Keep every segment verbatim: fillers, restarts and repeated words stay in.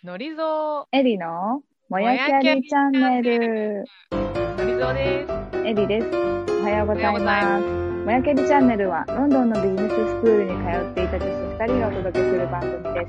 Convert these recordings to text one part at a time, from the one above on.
のりぞエリのもやきゃりチャンネル。 ー、のりぞーです。 エリです。おはようございます。もやきゃりチャンネルはロンドンのビジネススクールに通っていた女子ふたりがお届けする番組です。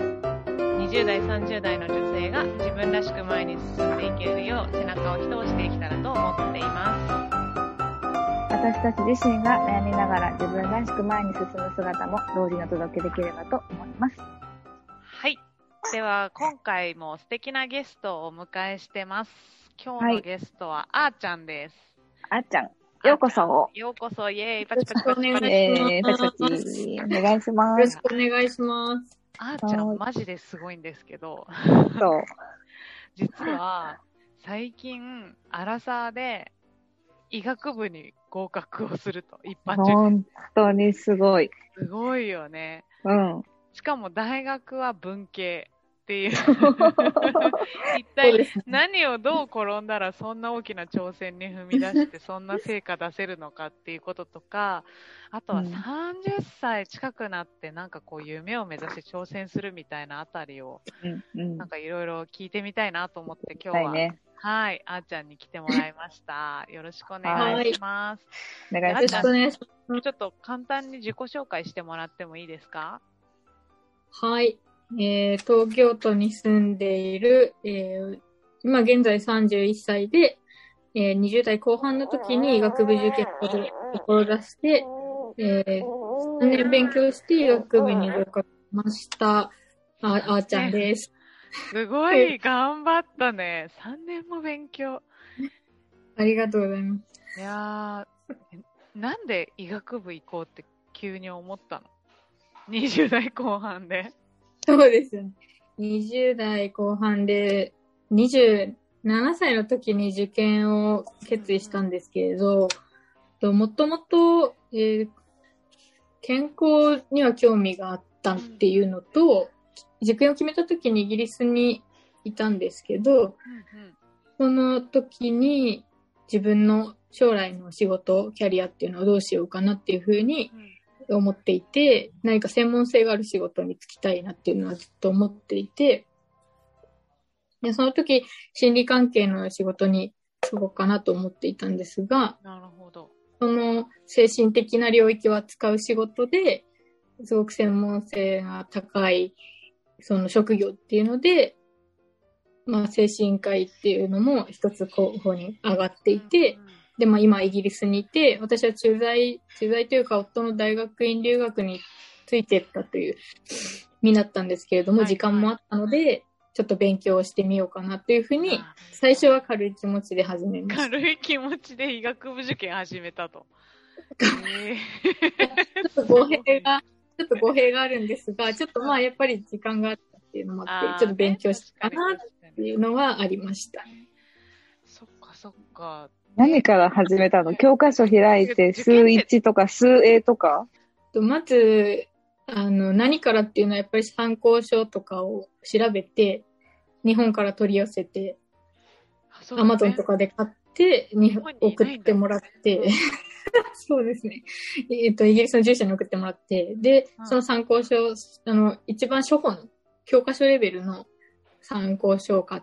にじゅう代、さんじゅう代の女性が自分らしく前に進んでいけるよう背中を一押していけたらと思っています。 私たち自身が悩みながら自分らしく前に進む姿も同時にお届けできればと思います。 はい。では、今回も素敵なゲストをお迎えしてます。今日のゲストはあーちゃんです。 あーちゃん、ようこそ。 ようこそ、イエーイ、パチパチパチパチ。 えー、パチパチ、お願いします。 よろしくお願いします。 あーちゃん、マジですごいんですけど。 そう。 実は、最近、アラサーで医学部に合格をすると、一般受験。 本当にすごい。 すごいよね。 うん。 しかも大学は文系っていう。一体何をどう転んだらそんな大きな挑戦に踏み出してそんな成果出せるのかっていうこととか、あとはさんじゅっさい近くなってなんかこう夢を目指して挑戦するみたいなあたりを、 うんうん、 なんかいろいろ聞いてみたいなと思って今日は、 ね、 はい、あーちゃんに来てもらいました。よろしくお願いします。 お願いします。 ちょっと簡単に自己紹介してもらってもいいですか？ はい、えー、東京都に住んでいる、えー、今現在さんじゅういっさいで、えー、にじゅう代後半の時に医学部受験を志して、えー、さんねん勉強して医学部に合格しました。あ、あーちゃんです。 すごい頑張ったね。さんねんも勉強。 ありがとうございます。 いやー、なんで医学部行こうって急に思ったの？にじゅう代後半で。 そうですよね。にじゅう代後半で、にじゅうななさいの時に受験を決意したんですけれど、もともと、えー、健康には興味があったっていうのと、受験を決めた時にイギリスにいたんですけど、うんうん、その時に自分の将来の仕事、キャリアっていうのをどうしようかなっていうふうに思っていて、何か専門性がある仕事に就きたいなっていうのはずっと思っていて、でその時心理関係の仕事に就こうかなと思っていたんですが、 なるほど。 その精神的な領域を扱う仕事ですごく専門性が高いその職業っていうので、まあ、精神科医っていうのも一つ候補に上がっていて、うんうん、で、まあ、今イギリスにいて、私は駐在、駐在というか夫の大学院留学についてったというになったんですけれども、はいはい、時間もあったので、ちょっと勉強してみようかなというふうに、最初は軽い気持ちで始めました。 軽い気持ちで医学部受験始めたと。 えー、ちょっと語弊が、ちょっと語弊があるんですが、ちょっとまあやっぱり時間があったっていうのもあって、ちょっと勉強したかなっていうのはありました。 そっかそっか。 何から始めたの？教科書開いて、数いちとか数 A とか？ まず、あの、何からっていうのはやっぱり参考書とかを調べて、日本から取り寄せて、アマゾンとかで買って、に送ってもらって、そうですね。えっと、イギリスの住所に送ってもらって、で、その参考書、あの、一番初歩の教科書レベルの参考書を買って、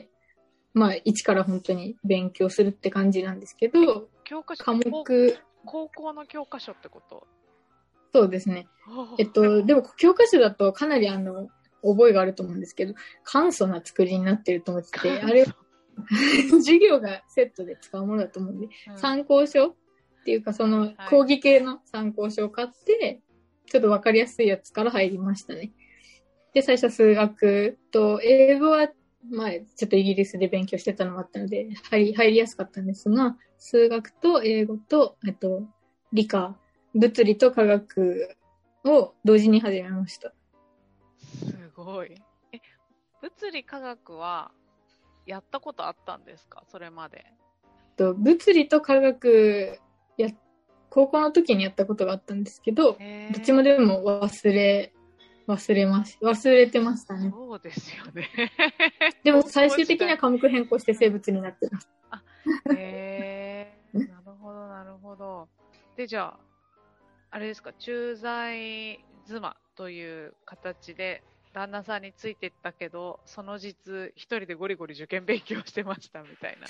まあ、一から本当に勉強するって感じなんですけど、 教科書科目、 高校の教科書ってこと？ そうですね。えっと、でも教科書だとかなりあの、覚えがあると思うんですけど、簡素な作りになってると思ってて、あれ、授業がセットで使うものだと思うんで、うん、参考書っていうかその講義系の参考書を買って、はい、ちょっとわかりやすいやつから入りましたね。で、最初数学と英語は、まあ、ちょっとイギリスで勉強してたのもあったので、入り、入りやすかったんですが、数学と英語と、あと、理科、物理と科学を同時に始めました。 すごい。え、物理科学はやったことあったんですか？それまで。 と物理と科学や、高校の時にやったことがあったんですけど、どっちもでも忘れ、忘れまし、忘れてましたね。 そうですよね。 でも最終的には科目変更して生物になってます。 あ、へー。なるほど、なるほど。で、じゃあ、あれですか、駐在妻という形で旦那さんについてったけど、その実、一人でゴリゴリ受験勉強してましたみたいな。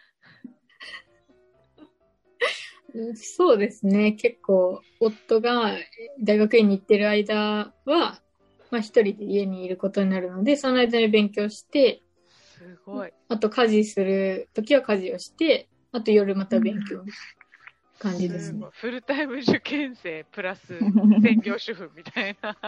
そうですね。結構、夫が大学院に行ってる間は、まあ一人で家にいることになるので、その間に勉強して、 すごい。 あと家事するときは家事をして、あと夜また勉強感じですね。 フルタイム受験生プラス専業主婦みたいな。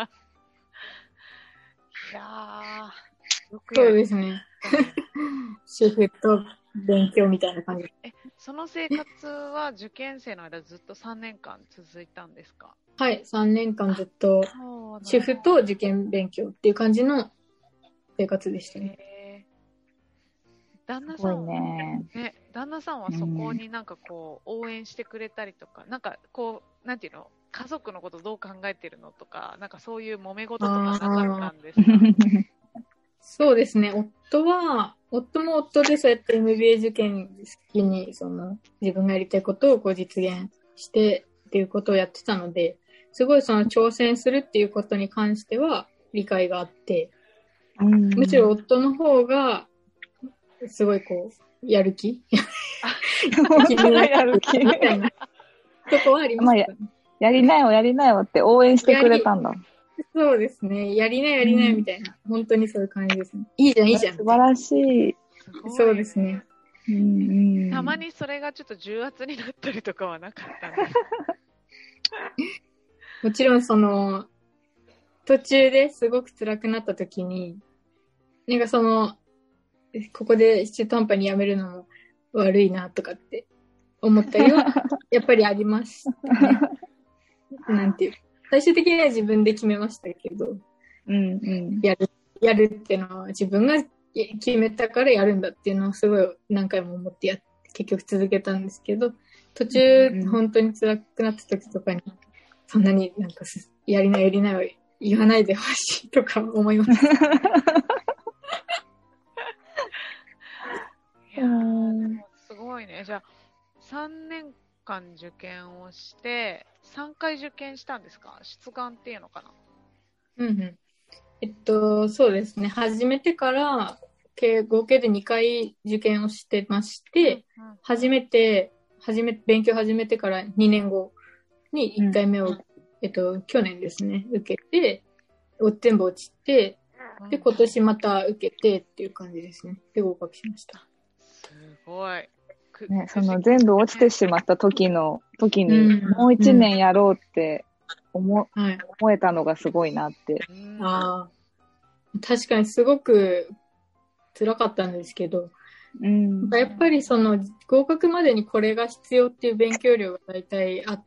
いやー、よくやる。 そうですね。主婦と勉強みたいな感じ。 え、その生活は受験生の間ずっとさんねんかん続いたんですか？ はい、さんねんかんずっと主婦と受験勉強っていう感じの生活でしたね。 えー、旦那さんは、ねね、旦那さんはそこになんかこう応援してくれたりとか、うん、なんかこう、なんていうの、家族のことどう考えてるのとか、なんかそういう揉め事とかなかったんですか？ そうですね。夫は、夫も夫でそうやって エムビーエー 受験好きに、その、自分がやりたいことをこう実現してっていうことをやってたので、すごいその挑戦するっていうことに関しては理解があって、うん、むしろ夫の方が、すごいこう、やる気君はやる気みたいなとこはありますかね。 まあ、や, やりなよ、やりなよって応援してくれたんだ。 そうですね。やりなよ、やりなよみたいな、うん。本当にそういう感じですね。いいじゃん、いいじゃん。 素晴らしい。 そうですね。 うんうん、たまにそれがちょっと重圧になったりとかはなかったんですか？ もちろんその、途中ですごく辛くなった時に、なんかその、ここで中途半端にやめるのも悪いなとかって思ったりは、やっぱりありましたね。なんていう。最終的には自分で決めましたけど、うんうん、やる、やるっていうのは自分が決めたからやるんだっていうのをすごい何回も思ってやって、結局続けたんですけど、途中、うんうん、本当に辛くなった時とかに、そんなになんかやりなやりなよ言わないでほしいとか思います。 いやー、すごいね。じゃあ、さんねんかん受験をして、さんかい受験したんですか？出願っていうのかな？ うんうん。えっと、そうですね。始めてから、計合計でにかい受験をしてまして、うんうん、初めて、初め、勉強始めてからにねんごにいっかいめを、うん、えっと、去年ですね、受けて、全部落ちて、で、今年また受けてっていう感じですね。で、合格しました。 すごい。 ね、その全部落ちてしまった時の、時に、うん、もう一年やろうって思、うん、思えたのがすごいなって。 うん、ああ、確かにすごく辛かったんですけど、うん、やっぱりその合格までにこれが必要っていう勉強量が大体あって、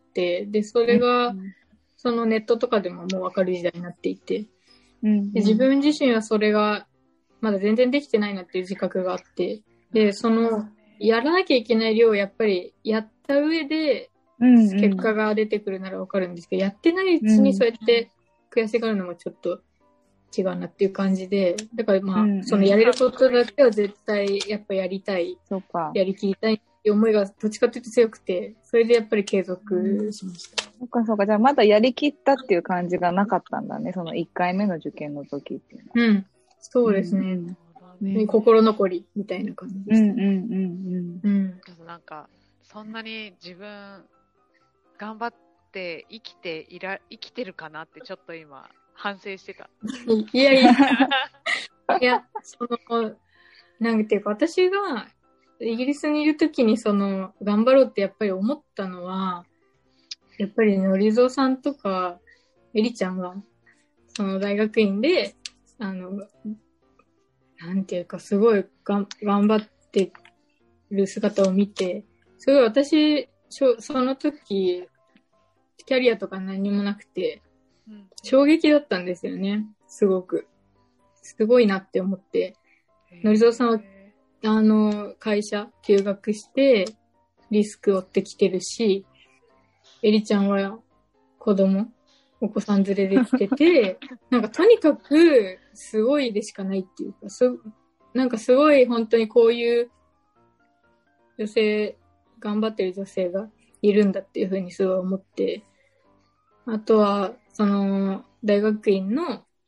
で、それが、そのネットとかでももうわかる時代になっていて、うん、で自分自身はそれがまだ全然できてないなっていう自覚があって、で、その、やらなきゃいけない量をやっぱりやった上で結果が出てくるならわかるんですけど、うんうん、やってないうちにそうやって悔しがるのもちょっと違うなっていう感じで、だからまあ、うんうん、そのやれることだけは絶対やっぱやりたい、そうか、やりきりたいっていう思いがどっちかというと強くて、それでやっぱり継続しました。 そうかそうか、じゃあまだやりきったっていう感じがなかったんだね、そのいっかいめの受験の時っていうのは。 うん、そうですね。うんね、心残りみたいな感じです、ね。うんうんうんうん。うん、なんかそんなに自分頑張って生きていら生きてるかなってちょっと今反省してた。 いやいやいやそのなんていうか私がイギリスにいるときにその頑張ろうってやっぱり思ったのはやっぱりのりぞうさんとかエリちゃんがその大学院であのなんていうか、すごいがん頑張ってる姿を見て、すごい私、その時、キャリアとか何もなくて、衝撃だったんですよね。すごく。すごいなって思って。のりぞうさんは、あの、会社、休学して、リスクを負ってきてるし、エリちゃんは子供、お子さん連れで来てて、なんかとにかくすごいでしかないっていうか、そなんかすごい本当にこういう女性、頑張ってる女性がいるんだっていうふうにすごい思って、あとは、その、大学院の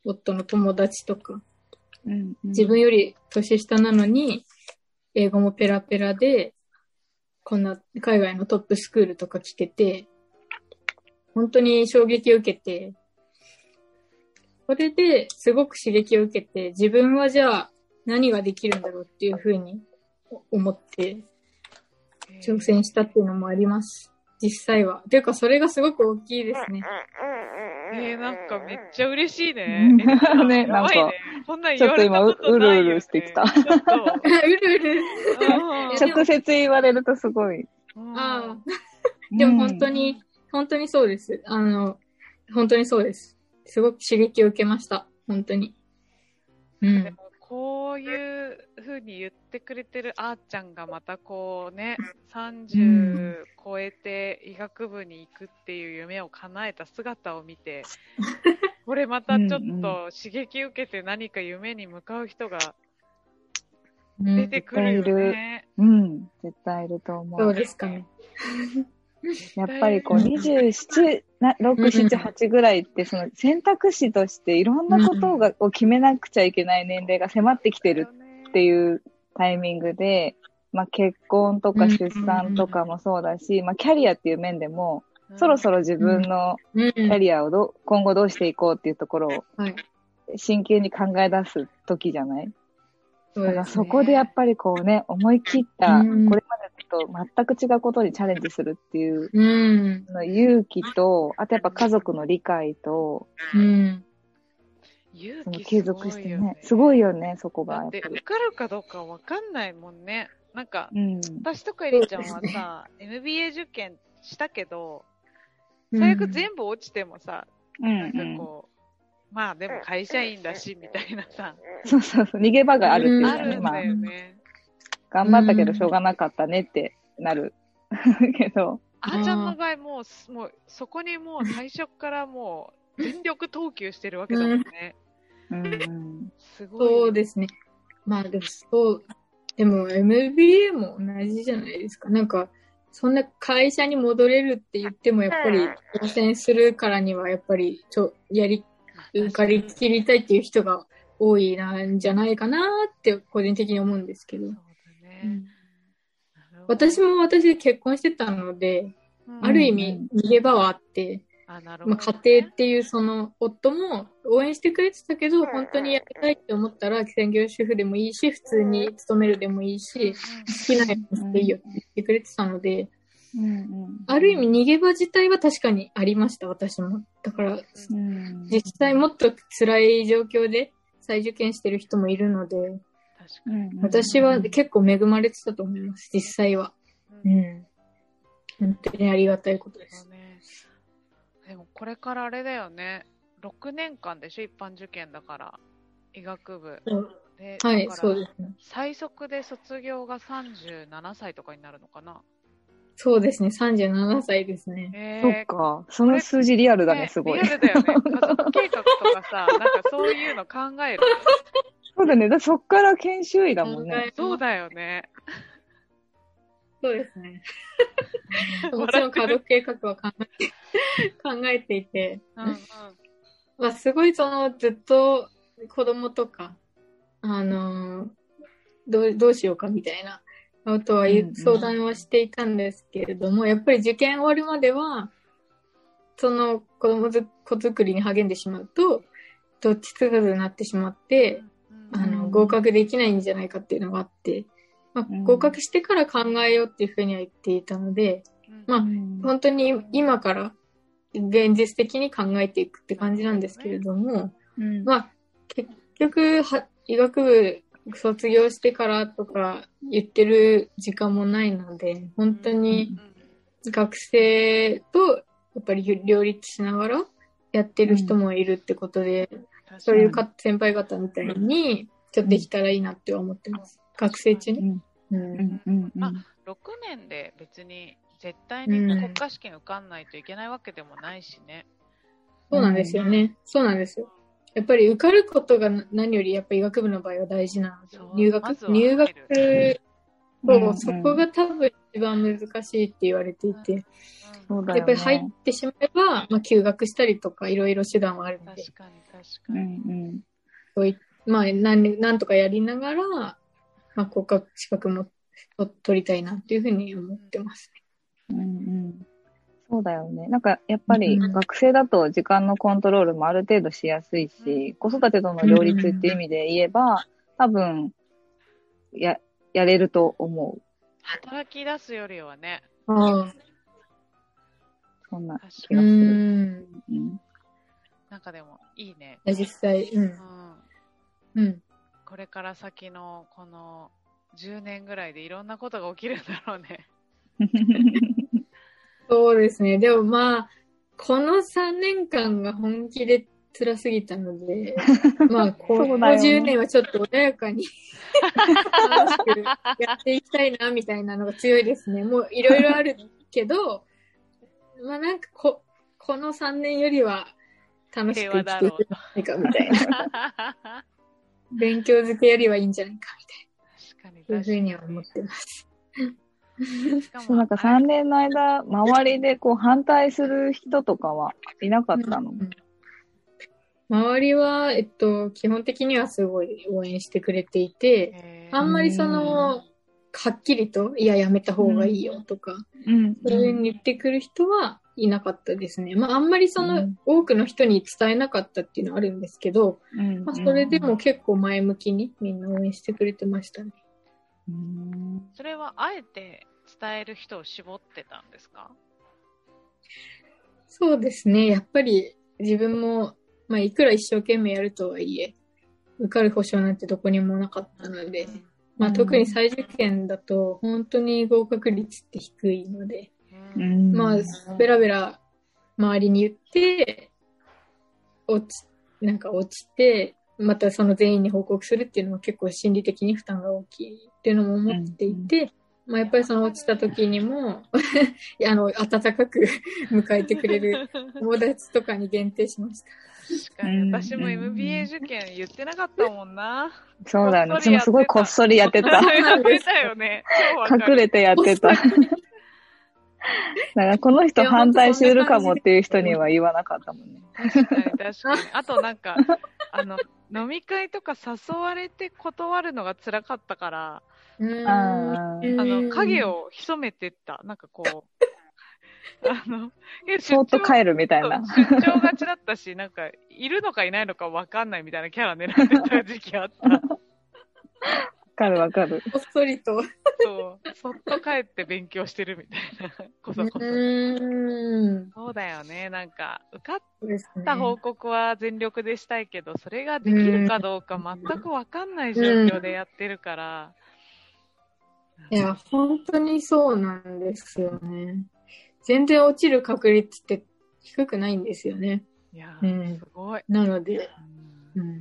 夫の友達とか、 うんうん、 自分より年下なのに、英語もペラペラで、こんな海外のトップスクールとか来てて、本当に衝撃を受けて、それですごく刺激を受けて、自分はじゃあ何ができるんだろうっていうふうに思って、挑戦したっていうのもあります。実際は。ていうか、それがすごく大きいですね。 えー、なんかめっちゃ嬉しいね。 ね、なんか、 ね、こんなんちょっと今、うるうるしてきた。 うるうる。 直接言われるとすごい。 ああ。でも本当に、うん、本当にそうです。あの、本当にそうです。すごく刺激を受けました。本当に。うん。 でもこういう風に言ってくれてるあーちゃんがまたこうね、さんじゅう超えて医学部に行くっていう夢を叶えた姿を見て、これまたちょっと刺激受けて何か夢に向かう人が出てくるよね。 うん、うん、絶対いると思う。 そうですかね。 やっぱりこうにじゅうなな、ろく、なな、はちぐらいってその選択肢としていろんなことがを決めなくちゃいけない年齢が迫ってきてるっていうタイミングで、まあ結婚とか出産とかもそうだし、まあキャリアっていう面でもそろそろ自分のキャリアをど今後どうしていこうっていうところを真剣に考え出す時じゃない？だからそこでやっぱりこうね、思い切った、これまでと全く違うことにチャレンジするっていう、うん、その勇気と、あとやっぱ家族の理解と、うん、 勇気継続してね、すごいよね、そこが。 だって受かるかどうかわかんないもんね。なんか、うん、私とかエリちゃんはさ、エムビーエー 受験したけど、最悪全部落ちてもさ、うん、なんかこう、まあでも会社員だしみたいなさ、 そうそうそう、逃げ場があるっていうかね、 あるんだよね。 まあ、頑張ったけどしょうがなかったねってなるけど、 あーちゃんの場合もうもうそこにもう最初からもう全力投球してるわけだもんね。 うんうん、すごい。そうですね。まあでもそうでも エムビーエー も同じじゃないですか。なんかそんな会社に戻れるって言ってもやっぱり挑戦するからにはやっぱりちょやり受かりきりたいっていう人が多いなんじゃないかなって個人的に思うんですけど。そうだね。うん、私も私で結婚してたので、うん、ある意味逃げ場はあって、あ、なるほどね。まあ、家庭っていうその夫も応援してくれてたけど、本当にやりたいって思ったら専業主婦でもいいし、普通に勤めるでもいいし、好きなやつでいいよって言ってくれてたので、うんうん、ある意味逃げ場自体は確かにありました、私も。だから、うん、実際もっと辛い状況で再受験してる人もいるので、確かに私は結構恵まれてたと思います、実際は。うん。本当にありがたいことです。ね、 でもこれからあれだよね。ろくねんかんでしょ、一般受験だから。医学部。 ではい、そうですね。 最速で卒業がさんじゅうななさいとかになるのかな。 そうですね、さんじゅうななさいですね。 えー、そっか。その数字リアルだね、すごい。 リアルだよね。家族計画とかさ、なんかそういうの考える。 そうだね。だそっから研修医だもんね。 そうだよね。 そうですね。もちろん家族計画は考えて、考えていて、うんうん、まあ、すごいそのずっと子供とか、あのー、どう、どうしようかみたいなことは相談はしていたんですけれども、うんうん、やっぱり受験終わるまでは、その子供ず子作りに励んでしまうと、どっちつかずになってしまって、うん、あの、合格できないんじゃないかっていうのがあって、まあ、合格してから考えようっていうふうには言っていたので、うん、まあ、本当に今から現実的に考えていくって感じなんですけれども、うん、まあ、結局は、医学部卒業してからとか言ってる時間もないので、本当に学生とやっぱり両立しながらやってる人もいるってことで、うん、そういうか先輩方みたいにちょっとできたらいいなって思ってます。学生中に。うんうんうんまあ、ろくねんで別に絶対に国家試験受かんないといけないわけでもないしね。 うん、そうなんですよね。そうなんですよ。やっぱり受かることが何よりやっぱり医学部の場合は大事なので、入学、入学そう、 うんうん、 そこが多分一番難しいって言われていて、 そうだよね、 やっぱり入ってしまえば、まあ、休学したりとかいろいろ手段はあるので、 確かに確かうんに。 うんそういまあ、なんなんとかやりながら、まあ、国家資格も取りたいなっていうふうに思ってますね。うんうん、そうだよね。なんかやっぱり学生だと時間のコントロールもある程度しやすいし、子育てとの両立っていう意味で言えば、多分ややれると思う。 働き出すよりはね。 ああ、 そんな気がすうる。 ん。 うん、 なんかでもいいね。 実際、うん。 うん。 うん。 これから先のこのじゅうねんぐらいでいろんなことが起きるんだろうね。 そうですね。でもまあ、このさんねんかんが本気で辛すぎたので、まあ、このじゅうねんはちょっと穏やかに楽しくやっていきたいな、みたいなのが強いですね。もういろいろあるけど、まあなんかこ、このさんねんよりは楽しく生きていくんじゃないか、みたいな。勉強漬けよりはいいんじゃないか、みたいな。 確かにそういうふうには思ってます。 そう、なんかさんねんの間、周りでこう反対する人とかはいなかったの？ うん、周りは、えっと、基本的にはすごい応援してくれていて、あんまりその、はっきりと、いや、やめた方がいいよとか、うん、そういうふうに言ってくる人はいなかったですね。まあ、あんまりその、多くの人に伝えなかったっていうのはあるんですけど、うんまあ、それでも結構前向きにみんな応援してくれてましたね。 うん、 それはあえて伝える人を絞ってたんですか？ そうですね。やっぱり自分も、まあ、いくら一生懸命やるとはいえ、受かる保証なんてどこにもなかったので、うんまあ、特に再受験だと本当に合格率って低いので、うん、まあ、ベラベラ周りに言って、落ち、なんか落ちて、またその全員に報告するっていうのも結構心理的に負担が大きいっていうのも思っていて、うん、まあ、やっぱりその落ちた時にもあの温かく迎えてくれる友達とかに限定しました。 確かに私も エムビーエー 受験言ってなかったもんな。 そうだよね。私もすごいこっそりやってた。やってたよね。 隠れてやってた。だからこの人反対してるかもっていう人には言わなかったもんね。 確かに確かに。あとなんか、あの、飲み会とか誘われて断るのが辛かったから、 うんあの、影を潜めてった。なんかこう、あの、 そーっと帰るみたいな。 出張がちだったし、なんか、いるのかいないのか分かんないみたいなキャラ狙ってた時期あった。 わかるわかる。 こっそりと。 そう。そっと帰って勉強してるみたいな。こそこそ。 うんそうだよね。なんか、受かった報告は全力でしたいけど、それができるかどうか全く分かんない状況でやってるから。 いや、本当にそうなんですよね。全然落ちる確率って低くないんですよね。 いや、 うん、 すごい。 なので、 うんうん、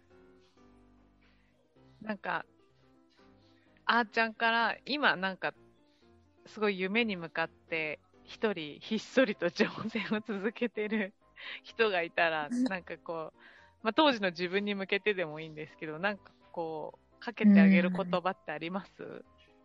なんか、あーちゃんから今なんかすごい夢に向かって一人ひっそりと挑戦を続けてる人がいたら、なんかこう、まあ、当時の自分に向けてでもいいんですけど、なんかこうかけてあげる言葉ってあります？うん、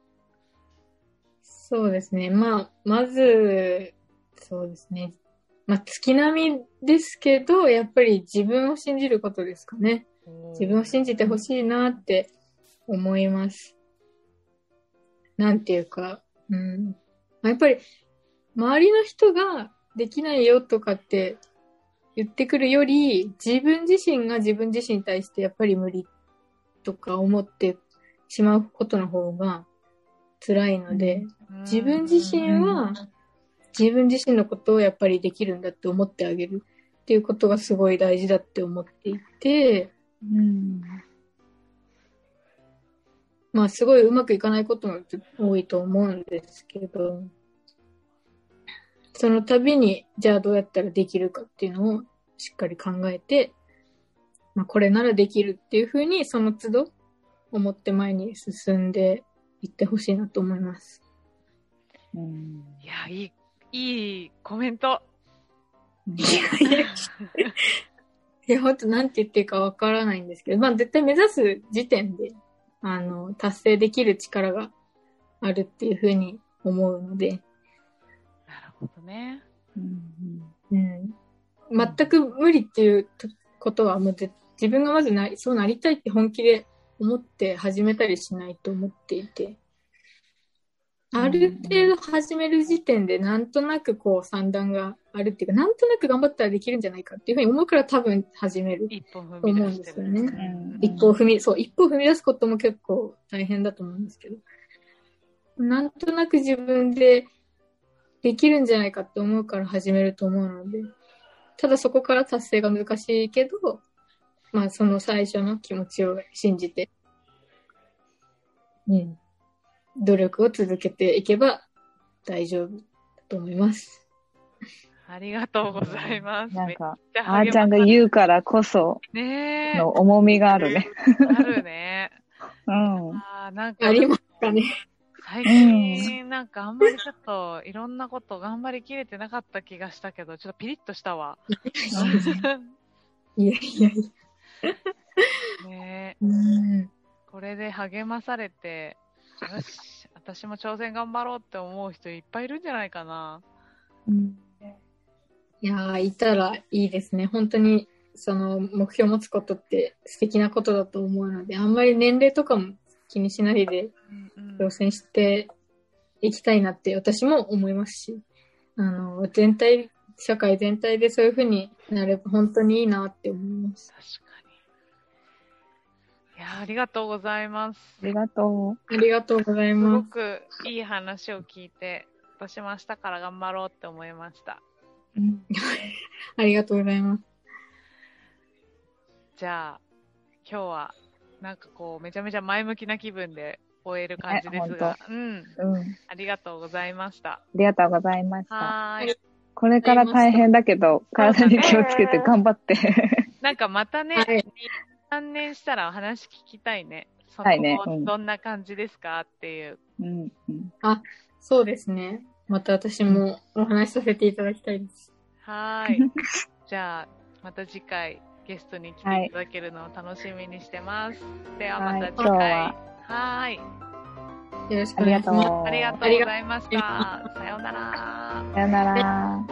そうですね。まあまずそうですね。まあ月並みですけど、やっぱり自分を信じることですかね。自分を信じてほしいなって思います。なんていうか、うん。やっぱり、周りの人ができないよとかって言ってくるより、自分自身が自分自身に対してやっぱり無理とか思ってしまうことの方が辛いので、自分自身は自分自身のことをやっぱりできるんだって思ってあげるっていうことがすごい大事だって思っていて、うんまあすごいうまくいかないことも多いと思うんですけど、その度にじゃあどうやったらできるかっていうのをしっかり考えて、まあこれならできるっていうふうにその都度思って前に進んでいってほしいなと思います。 うん、 いや、いい、いいコメント。 いやいや、いや本当なんて言っていいかわからないんですけど、まあ絶対目指す時点であの、達成できる力があるっていうふうに思うので。 なるほどね。 うんうん、全く無理っていうことはもう自分がまずなそうなりたいって本気で思って始めたりしないと思っていて、ある程度始める時点でなんとなくこう算段があるっていうか、なんとなく頑張ったらできるんじゃないかっていうふうに思うから多分始めると思うんですよね。一歩踏み、そう、一歩踏み出すことも結構大変だと思うんですけど、なんとなく自分でできるんじゃないかって思うから始めると思うので、ただそこから達成が難しいけど、まあその最初の気持ちを信じて、うん、努力を続けていけば大丈夫だと思います。 ありがとうございます。 なんか、あーちゃんが言うからこその重みがあるね。 あるね。 うん。 あなんかありますかね。 最近、なんかあんまりちょっといろんなこと頑張りきれてなかった気がしたけど、ちょっとピリッとしたわ。 いやいやいや。 ねえ、うん、 これで励まされて、よし、私も挑戦頑張ろうって思う人いっぱいいるんじゃないかな。 うん、いやー、いたらいいですね。本当に、その目標を持つことって素敵なことだと思うので、あんまり年齢とかも気にしないで挑戦していきたいなって私も思いますし、あの、全体、社会全体でそういう風になれば本当にいいなって思います。 確かに。いや、ありがとうございます。 ありがとう。ありがとうございます。 すごくいい話を聞いて、私も明日から頑張ろうって思いました。 うん、ありがとうございます。 じゃあ、今日は、なんかこう、めちゃめちゃ前向きな気分で終える感じですが、うん、うん。ありがとうございました。 ありがとうございました。 はい。 これから大変だけど、体に気をつけて頑張って。 なんかまたね、はい、さんねんしたらお話聞きたいね。そのはいね、うん、どんな感じですかっていう。 うんうん、あ、そうですね。また私もお話しさせていただきたいです。 はい。じゃあ、また次回ゲストに来ていただけるのを楽しみにしてます。はい、ではまた次回。はい。はい。 よろしくお願いします。 ありがとうございました。さようなら。 さようなら。